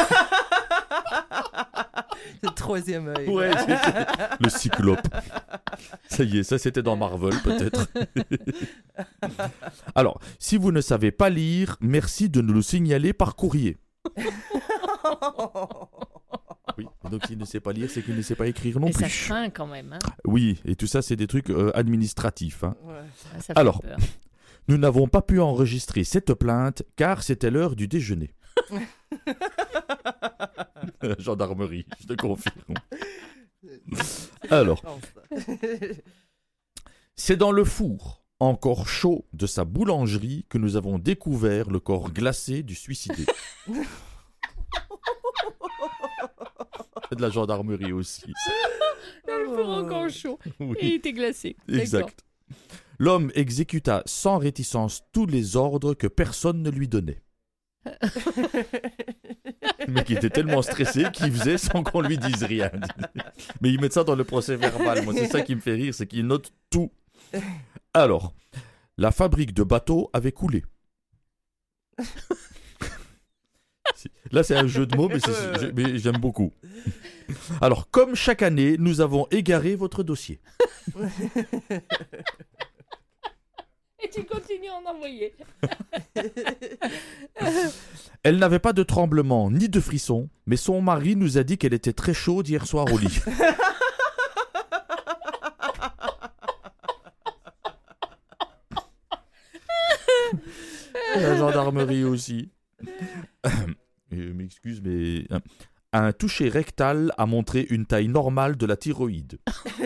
C'est le troisième œil. Ouais, c'est- c'est- le cyclope. Ça y est, ça c'était dans Marvel peut-être. Alors, si vous ne savez pas lire, merci de nous le signaler par courrier. Oui, et donc s'il ne sait pas lire, c'est qu'il ne sait pas écrire non Et ça plus. craint quand même. Hein. Oui, et tout ça c'est des trucs euh, administratifs. hein. Ouais. Ah, ça fait Alors. peur. Nous n'avons pas pu enregistrer cette plainte car c'était l'heure du déjeuner. Gendarmerie, je te confirme. Alors, c'est dans le four, encore chaud de sa boulangerie, que nous avons découvert le corps glacé du suicidé. C'est de la gendarmerie aussi. Le four encore chaud. Oui, Et il était glacé. D'accord. exact. L'homme exécuta sans réticence tous les ordres que personne ne lui donnait. Le mec était tellement stressé qu'il faisait sans qu'on lui dise rien. Mais ils mettent ça dans le procès verbal. Moi, c'est ça qui me fait rire, c'est qu'ils notent tout. Alors, la fabrique de bateaux avait coulé. C'est- Là, c'est un jeu de mots, mais, c'est- je- mais j'aime beaucoup. Alors, comme chaque année, nous avons égaré votre dossier. Et tu continues à en envoyer. Elle n'avait pas de tremblement ni de frisson, mais son mari nous a dit qu'elle était très chaude hier soir au lit. La gendarmerie aussi. Je m'excuse, mais euh, un toucher rectal a montré une taille normale de la thyroïde.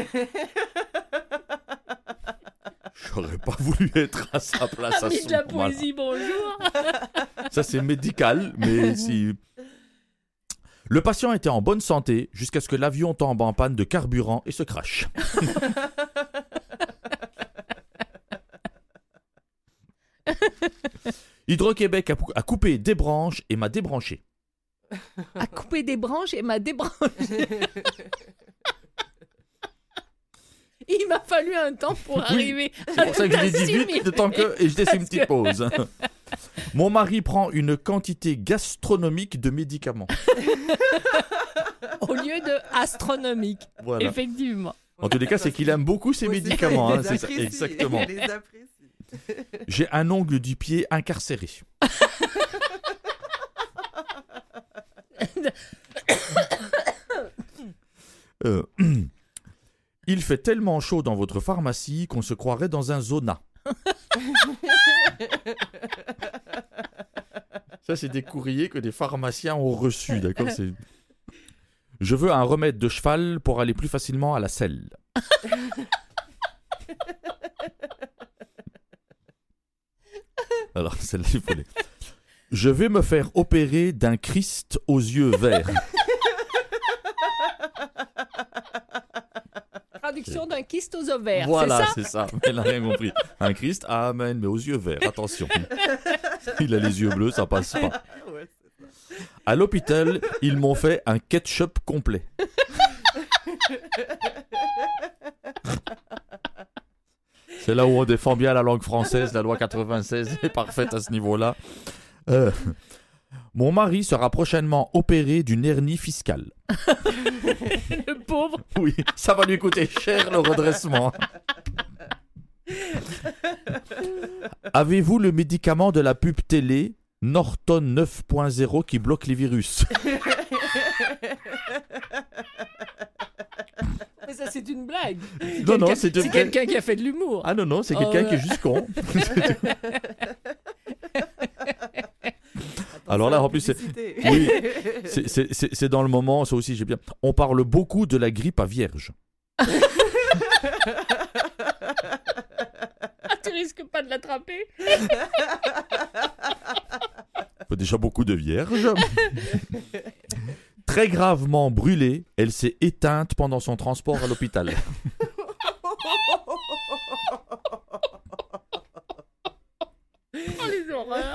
J'aurais pas voulu être à sa place à Ami ce de la moment-là. poésie, bonjour. Ça, c'est médical, mais si... Le patient était en bonne santé jusqu'à ce que l'avion tombe en panne de carburant et se crache. Hydro-Québec a, a coupé des branches et m'a débranché. A coupé des branches et m'a débranché. Il m'a fallu un temps pour Oui, arriver C'est à pour ça que je l'ai dit assimiler. vite, de temps que... et je laisse une Parce petite que- pause. Mon mari prend une quantité gastronomique de médicaments. Au lieu de astronomique, Voilà. effectivement. En tous les cas, c'est qu'il aime beaucoup ses Ouais, médicaments. il hein, les c'est ça, apprécie, exactement. il les apprécie. J'ai un ongle du pied incarcéré. Euh, il fait tellement chaud dans votre pharmacie qu'on se croirait dans un sauna. Ça, c'est des courriers que des pharmaciens ont reçus, d'accord c'est... Je veux un remède de cheval pour aller plus facilement à la selle. Alors, celle-là, il faut les... Je vais me faire opérer d'un Christ aux yeux verts. Traduction d'un kyste aux ovaires, Voilà, c'est c'est ça. Elle n'a rien compris. Un Christ, amen, mais aux yeux verts, attention. Il a les yeux bleus, ça passe pas. Ouais, À l'hôpital, ils m'ont fait un ketchup complet. C'est là où on défend bien la langue française, la loi quatre-vingt-seize est parfaite à ce niveau-là. Euh, Mon mari sera prochainement opéré d'une hernie fiscale. Le pauvre. Oui, ça va lui coûter cher le redressement. Avez-vous le médicament de la pub télé Norton neuf point zéro qui bloque les virus? Mais ça, c'est une blague. C'est Non, non, quelqu'un- c'est de- c'est quelqu'un qui a fait de l'humour. Ah non, non, c'est Oh, quelqu'un ouais. qui est juste con. Alors là, en plus, c'est, oui, c'est, c'est, c'est, c'est dans le moment, ça aussi, j'ai bien. On parle beaucoup de la grippe à vierge. Ah, tu risques pas de l'attraper. Déjà beaucoup de vierges. Très gravement brûlée, elle s'est éteinte pendant son transport à l'hôpital. Oh, les horreurs.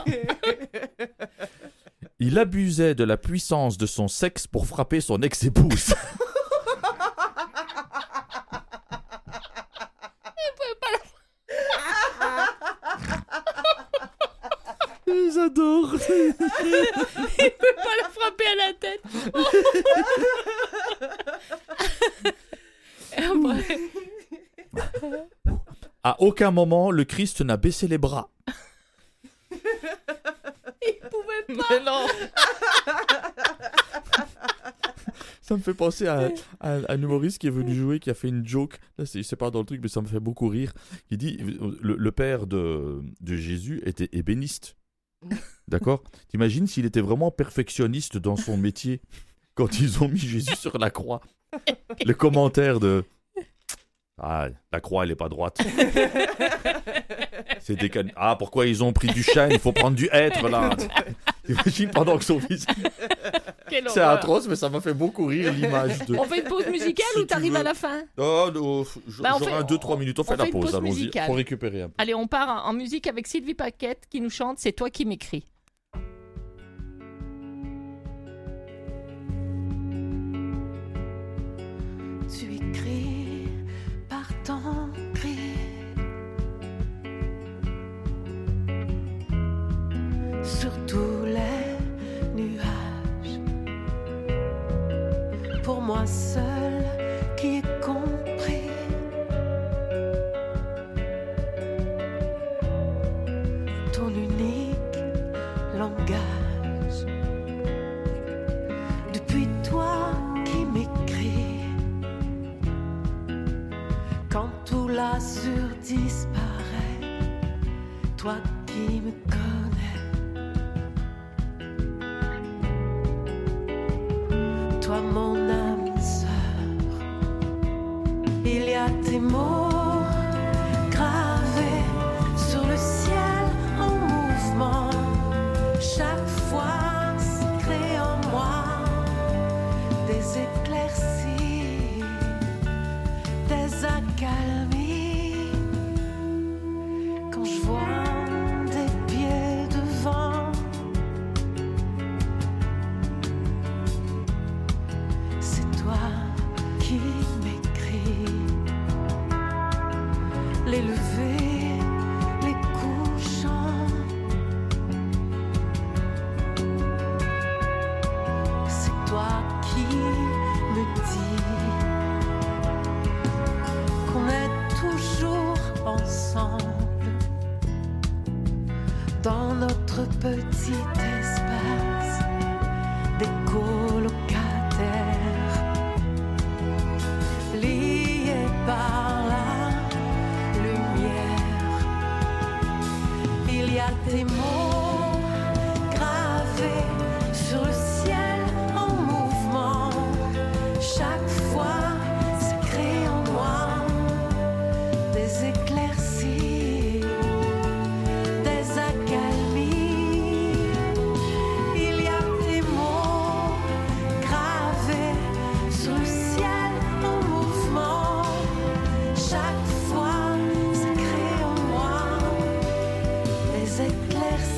Il abusait de la puissance de son sexe pour frapper son ex-épouse. J'adore. Il peut pas la frapper à la tête. À aucun moment, le Christ n'a baissé les bras. Il pouvait pas. Mais non. Ça me fait penser à, à un humoriste qui est venu jouer, qui a fait une joke. Là, c'est, c'est pas dans le truc, mais ça me fait beaucoup rire. Il dit le, le père de, de Jésus était ébéniste. D'accord? T'imagines s'il était vraiment perfectionniste dans son métier quand ils ont mis Jésus sur la croix? Le commentaire de ah, la croix, elle est pas droite. C'est décan... Ah, pourquoi ils ont pris du chêne? Il faut prendre du hêtre là. T'imagines pendant que son fils. Quelle C'est horreur. atroce, mais ça m'a fait beaucoup rire l'image de. On fait une pause musicale Si ou tu t'arrives veux. à la fin? Oh, oh, j- Bah, on j'aurai fait- un deux trois minutes. On fait on la fait une pause, pause allons-y. musicale. Pour récupérer un peu. Allez, on part en, en musique avec Sylvie Paquette qui nous chante C'est toi qui m'écris. Tu écris par ton cri sur tous les nuages. Pour moi seul qui ai compris ton unique langage. Depuis toi qui m'écris, quand tout l'azur disparaît, toi qui me connais, toi mon âme sœur, il y a tes mots gravés sur le ciel en mouvement, chaque fois secret en moi, des éclaircies, des accalmies, quand je vois des pieds devant, c'est toi qui m'écris, les levées, les couchants, c'est toi qui me dis qu'on est toujours ensemble dans notre petit espace des colocataires, liés par la lumière. Il y a des mots gravés sur le ciel en mouvement, chaque fois secret en moi, des éclaircies, des accalmies. Il y a des mots gravés sur le ciel en mouvement, chaque fois secret en moi, des éclaircies.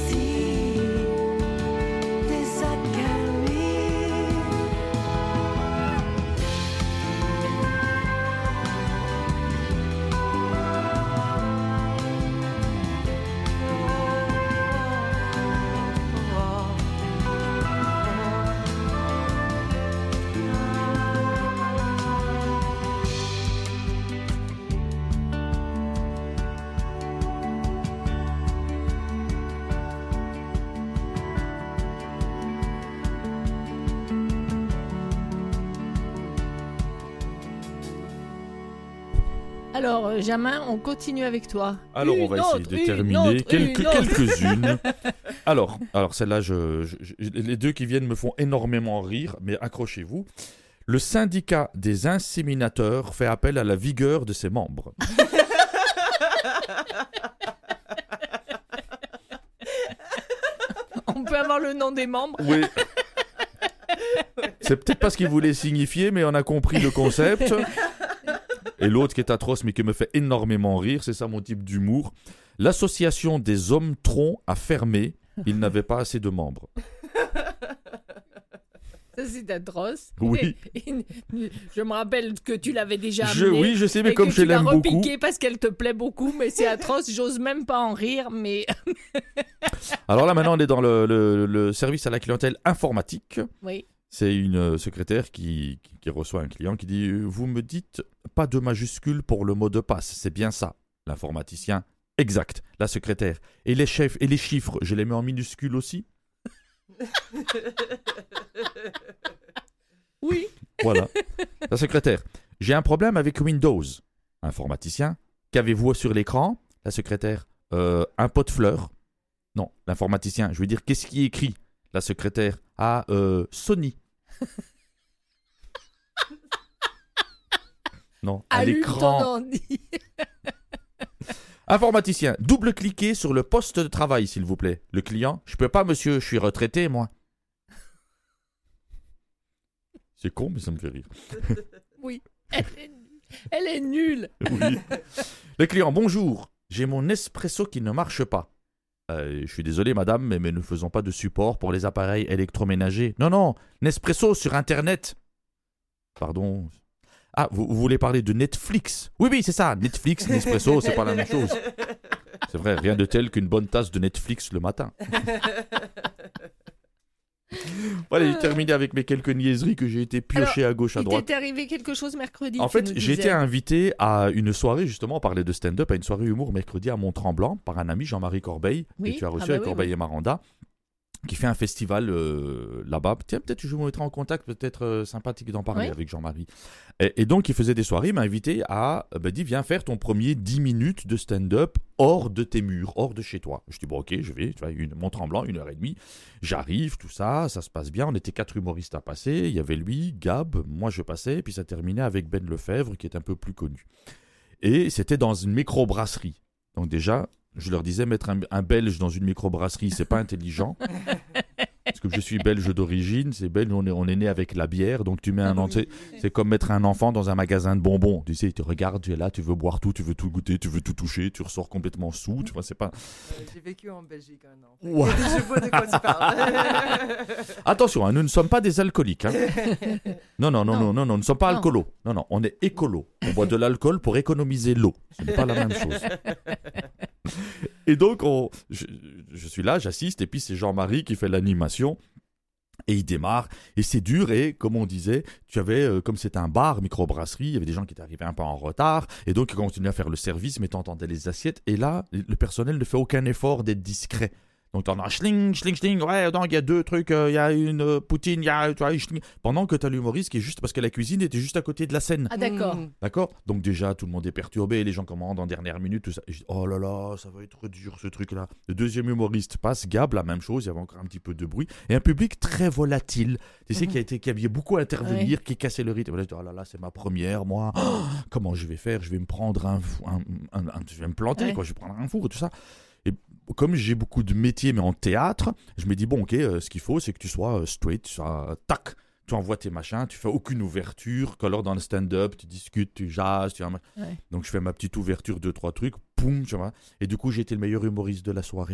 Alors, euh, Jamin, on continue avec toi. Alors, Une on va essayer autre, de une terminer. autre, Quelques, une autre. quelques-unes. alors, alors celle-là, je, je- je- les deux qui viennent me font énormément rire, mais accrochez-vous. Le syndicat des inséminateurs fait appel à la vigueur de ses membres. On peut avoir le nom des membres. Oui. C'est peut-être pas ce qu'il voulait signifier, mais on a compris le concept. Et l'autre qui est atroce, mais qui me fait énormément rire, c'est ça mon type d'humour. L'association des hommes troncs a fermé. Ils n'avaient pas assez de membres. Ça, c'est atroce. Oui. Et- et- je me rappelle que tu l'avais déjà Je, amené. oui, je sais, mais et comme que je tu l'as l'aime beaucoup. repiqué parce qu'elle te plaît beaucoup, mais c'est atroce. J'ose même pas en rire, mais Alors là, maintenant, on est dans le, le- le service à la clientèle informatique. oui. C'est une euh, secrétaire qui, qui, qui reçoit un client qui dit euh, « Vous me dites pas de majuscule pour le mot de passe, c'est bien ça ?» L'informaticien « Exact. » La secrétaire « Et les chefs et les chiffres, je les mets en minuscules aussi ?» Oui. Voilà. La secrétaire « J'ai un problème avec Windows. » Informaticien « Qu'avez-vous sur l'écran ?» La secrétaire euh, « Un pot de fleurs. » Non, l'informaticien « Je veux dire, qu'est-ce qui est écrit ?» La secrétaire « Ah, euh, Sony. » Non, à Allume l'écran. ton ordi. Informaticien, double-cliquez sur le poste de travail, s'il vous plaît. Le client, je peux pas, monsieur, je suis retraité, moi. C'est con, mais ça me fait rire. Oui. Elle est, elle est nulle. Oui. Le client, bonjour, j'ai mon Nespresso qui ne marche pas. Euh, je suis désolé, madame, mais, mais nous ne faisons pas de support pour les appareils électroménagers. Non, non, Nespresso sur Internet. Pardon. Ah, vous, vous voulez parler de Netflix? Oui, oui, c'est ça. Netflix, Nespresso, c'est pas la même chose. C'est vrai, rien de tel qu'une bonne tasse de Netflix le matin. Voilà, j'ai terminé avec mes quelques niaiseries que j'ai été pioché à gauche, à Il droite. t'était arrivé quelque chose mercredi. En tu fait, nous j'ai disais. été invité à une soirée, justement, on parlait de stand-up, à une soirée humour mercredi à Mont-Tremblant par un ami, Jean-Marie Corbeil, Oui. que tu as reçu Ah bah avec oui, Corbeil oui. et Maranda, qui fait un festival euh, là-bas. Tiens, peut-être que je vous mettrai en contact, peut-être euh, sympathique d'en parler Oui. avec Jean-Marie. Et, et donc, il faisait des soirées, il m'a invité à, euh, bah, dit, viens faire ton premier dix minutes de stand-up hors de tes murs, hors de chez toi. Je dis, bon, ok, je vais, tu vois, une, Mont-Tremblant, une heure et demie. J'arrive, tout ça, ça se passe bien. On était quatre humoristes à passer. Il y avait lui, Gab, moi je passais, puis ça terminait avec Ben Lefebvre, qui est un peu plus connu. Et c'était dans une microbrasserie. Donc déjà, je leur disais, mettre un, un Belge dans une microbrasserie, c'est pas intelligent. Parce que je suis belge d'origine, c'est belge, on est, on est né avec la bière, donc tu mets un an, c'est, c'est comme mettre un enfant dans un magasin de bonbons. Tu sais, tu regardes, tu es là, tu veux boire tout, tu veux tout goûter, tu veux tout toucher, tu ressors complètement sous, tu vois, c'est pas... Euh, J'ai vécu en Belgique un an. Ouais. Je vois de quoi tu parles. Attention, hein, nous ne sommes pas des alcooliques. Hein. Non, non, non, non, Non. non, non, nous ne sommes pas Non. alcoolos. Non, non, on est écolo. On boit de l'alcool pour économiser l'eau. Ce n'est pas la même chose. Et donc, on, je, je suis là, j'assiste, et puis c'est Jean-Marie qui fait l'animation. Et il démarre, et c'est dur, et comme on disait, tu avais, euh, comme c'était un bar, microbrasserie, il y avait des gens qui étaient arrivés un peu en retard, et donc ils continuaient à faire le service, mais t'entendais les assiettes, et là, le personnel ne fait aucun effort d'être discret. Donc t'en as schling, schling, schling, ouais, donc il y a deux trucs, euh, il y a une euh, poutine, il y a, tu vois, schling. Pendant que t'as l'humoriste qui est juste, parce que la cuisine était juste à côté de la scène. Ah d'accord. Mm. D'accord? Donc déjà, tout le monde est perturbé, les gens commandent en dernière minute, tout ça. Et je dis, oh là là, ça va être dur ce truc-là. Le deuxième humoriste passe, Gab, la même chose, il y avait encore un petit peu de bruit. Et un public très volatile, tu sais, Mhm. qui a été, qui avait beaucoup à intervenir, qui cassait le rythme. Et là, je dis, oh là là, c'est ma première, moi. Oh, comment je vais faire? Je vais me prendre un, fou- un, un- un- je vais me planter, Ouais. quoi. Je vais prendre un four et tout ça. Et comme j'ai beaucoup de métiers, mais en théâtre, je me dis, bon, ok, euh, ce qu'il faut, c'est que tu sois euh, straight, tu sois euh, tac. Tu envoies tes machins, tu fais aucune ouverture. Qu'alors dans le stand-up, tu discutes, tu jases. Tu... Ouais. Donc je fais ma petite ouverture, deux, trois trucs, poum, tu vois. Et du coup, j'ai été le meilleur humoriste de la soirée.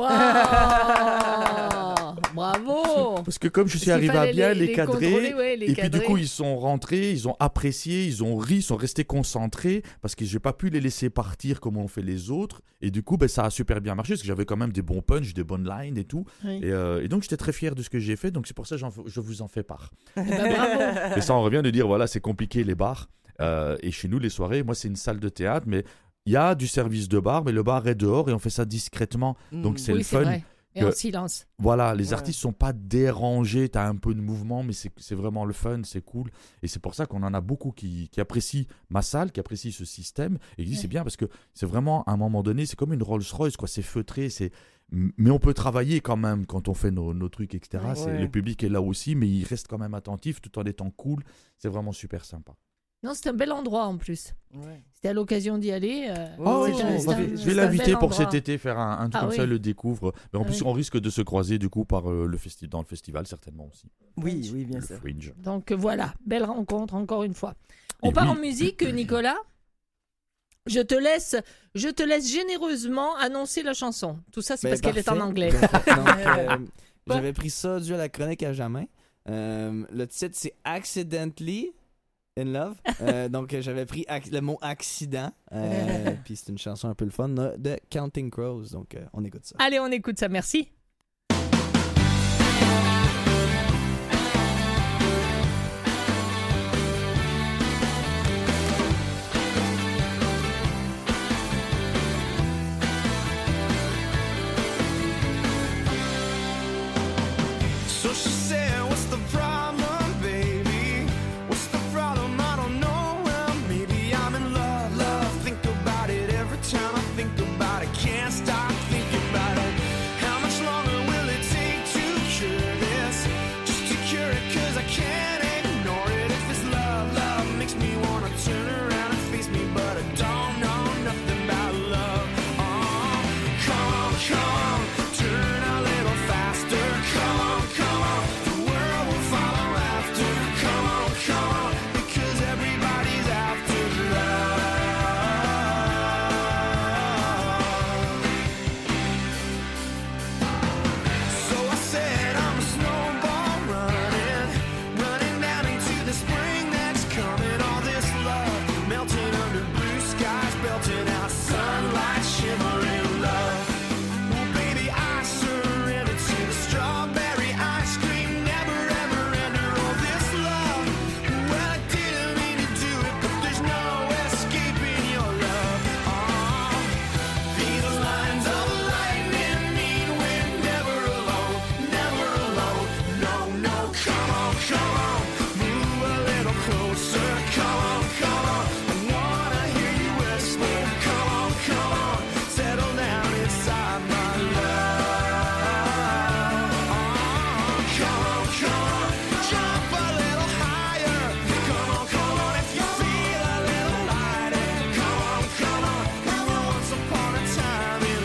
Waouh. Bravo. Parce que comme je suis Parce qu'il arrivé à fallait bien les, contrôler, cadrer, ouais, les et puis du cadrer. coup, ils sont rentrés, ils ont apprécié, ils ont ri, ils sont restés concentrés, parce que j'ai pas pu les laisser partir comme ont fait les autres. Et du coup, ben, ça a super bien marché, parce que j'avais quand même des bons punchs, des bonnes lines et tout. Oui. Et, euh, et donc, j'étais très fier de ce que j'ai fait, donc c'est pour ça que j'en- je vous en fais part. Eh ben, bravo. Et ça en revient de dire, voilà, c'est compliqué les bars. Euh, et chez nous, les soirées, moi, c'est une salle de théâtre, mais il y a du service de bar, mais le bar est dehors et on fait ça discrètement. Donc, Mm. c'est Oui, le c'est fun. vrai. Et en silence. Voilà, les Ouais. artistes sont pas dérangés, tu as un peu de mouvement, mais c'est, c'est vraiment le fun, c'est cool. Et c'est pour ça qu'on en a beaucoup qui, qui apprécient ma salle, qui apprécient ce système. Et qui disent Ouais. c'est bien parce que c'est vraiment, à un moment donné, c'est comme une Rolls-Royce, quoi. C'est feutré, c'est... mais on peut travailler quand même quand on fait nos, nos trucs, et cetera. Ouais. C'est, le public est là aussi, mais il reste quand même attentif tout en étant cool. C'est vraiment super sympa. Non, c'est un bel endroit en plus. Ouais. C'était à l'occasion d'y aller. euh, Oh, c'était un- je c'était un- vais, je c'était vais un l'inviter bel pour endroit. cet été, faire un, un truc Ah comme oui. ça, il le découvre. Mais en Ah plus, oui. on risque de se croiser du coup par euh, le festi- dans le festival, certainement aussi. Oui, oui, bien Le sûr. Fringe. Donc euh, voilà, belle rencontre encore une fois. On Et part oui. en musique, Nicolas. Je te laisse, je te laisse généreusement annoncer la chanson. Tout ça, c'est Ben, parce qu'elle est en parfait. anglais. Donc, euh, Quoi? j'avais pris ça dû à la chronique à Jamin. Euh, le titre, c'est Accidentally in Love. Euh, donc, euh, j'avais pris ac- le mot accident. Euh, Puis c'est une chanson un peu le fun là, de Counting Crows. Donc, euh, on écoute ça. Allez, on écoute ça. Merci. So she said, what's the problem, baby? What's the problem? I don't know. Well, maybe I'm in love, love. Think about it every time I think about it. Can't stop thinking about it. How much longer will it take to cure this? Just to cure it, cause I can't ignore it. If it's love, love makes me wanna turn around and face me, but I don't know nothing about love. Oh, come on, come on, turn a little faster. Come on, come on, the world will follow after. Come on, come on, because everybody's after love. So I said I'm a snowball running, running down into the spring that's coming. All this love melting under blue skies, belting out sunlight, shimmering love. Well, baby, I surrender to the strawberry ice cream, never ever ender all this love. Well, I didn't mean to do it, but there's no escaping your love. Oh, these lines of lightning mean we're never alone, never alone. No, no, come on, come on, move a little closer. Come on, come on, I wanna hear you whisper. Come on, come on, settle down inside my love. Oh, come on, come on, jump a little higher. Come on, come on, if you feel a little lighter. Come on, come on, we were once upon a time in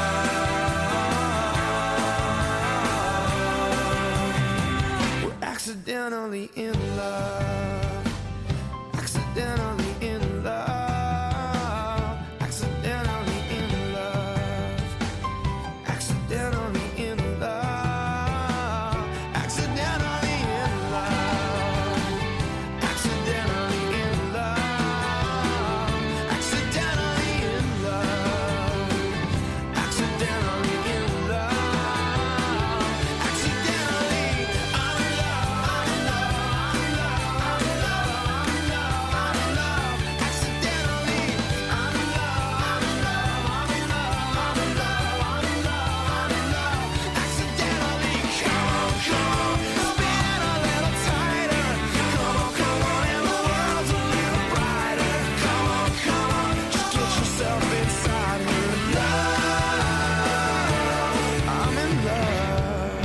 love. We're accidentally in love. Accidentally in love. Accidentally in love. Accidentally in love. Accidentally in love. Accidentally in love. Accidentally in love. Accidentally in love. Accidentally, I'm in love. I'm in love. I'm in love. I'm in love. I'm in love. Accidentally, I'm in love. I'm in love. I'm in love. I'm in love. I'm in love. I'm in love. Accidentally, come on, come on, spin a little tighter. Come on, come on, and the world's a little brighter. Come on, come on, just get yourself inside her love. I'm in love.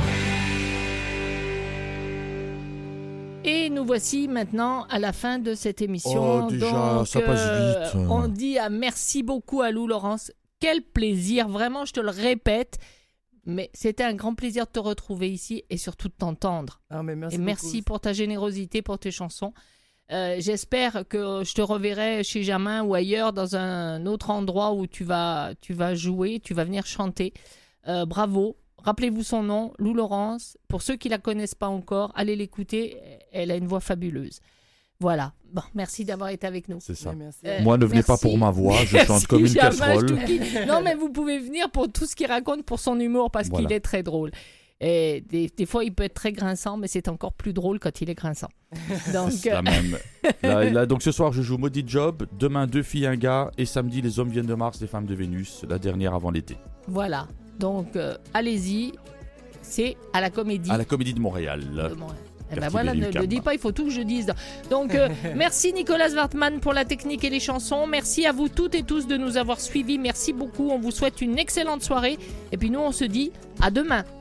Et nous voici maintenant à la fin de cette émission. Oh, déjà, Donc, ça passe vite. On dit à merci beaucoup à Lou Laurence. Quel plaisir, vraiment, je te le répète. Mais c'était un grand plaisir de te retrouver ici et surtout de t'entendre. Ah, mais merci Et merci beaucoup. pour ta générosité, pour tes chansons. Euh, j'espère que je te reverrai chez Jamin ou ailleurs dans un autre endroit où tu vas, tu vas jouer, tu vas venir chanter. Euh, bravo. Rappelez-vous son nom, Lou Laurence. Pour ceux qui la connaissent pas encore, allez l'écouter. Elle a une voix fabuleuse. Voilà. Bon, merci d'avoir été avec nous. C'est ça. Mais merci. Euh, Moi, ne venez pas merci. pour ma voix, je Merci, chante comme une Jamin, casserole. je te dis. Non, mais vous pouvez venir pour tout ce qu'il raconte, pour son humour, parce Voilà. qu'il est très drôle. Et des, des fois, il peut être très grinçant, mais c'est encore plus drôle quand il est grinçant. Donc, C'est euh, la même. Là, là, donc ce soir, je joue Maudit Job. Demain, deux filles, un gars. Et samedi, les hommes viennent de Mars, les femmes de Vénus. La dernière avant l'été. voilà. Donc, euh, allez-y. C'est à la Comédie. À la Comédie de Montréal. De Montréal. Eh ben Quartier voilà, ne Belle-Lucam. le dis pas, il faut tout que je dise. Donc, euh, merci Nicolas Wartmann pour la technique et les chansons. Merci à vous toutes et tous de nous avoir suivis. Merci beaucoup. On vous souhaite une excellente soirée. Et puis nous, on se dit à demain.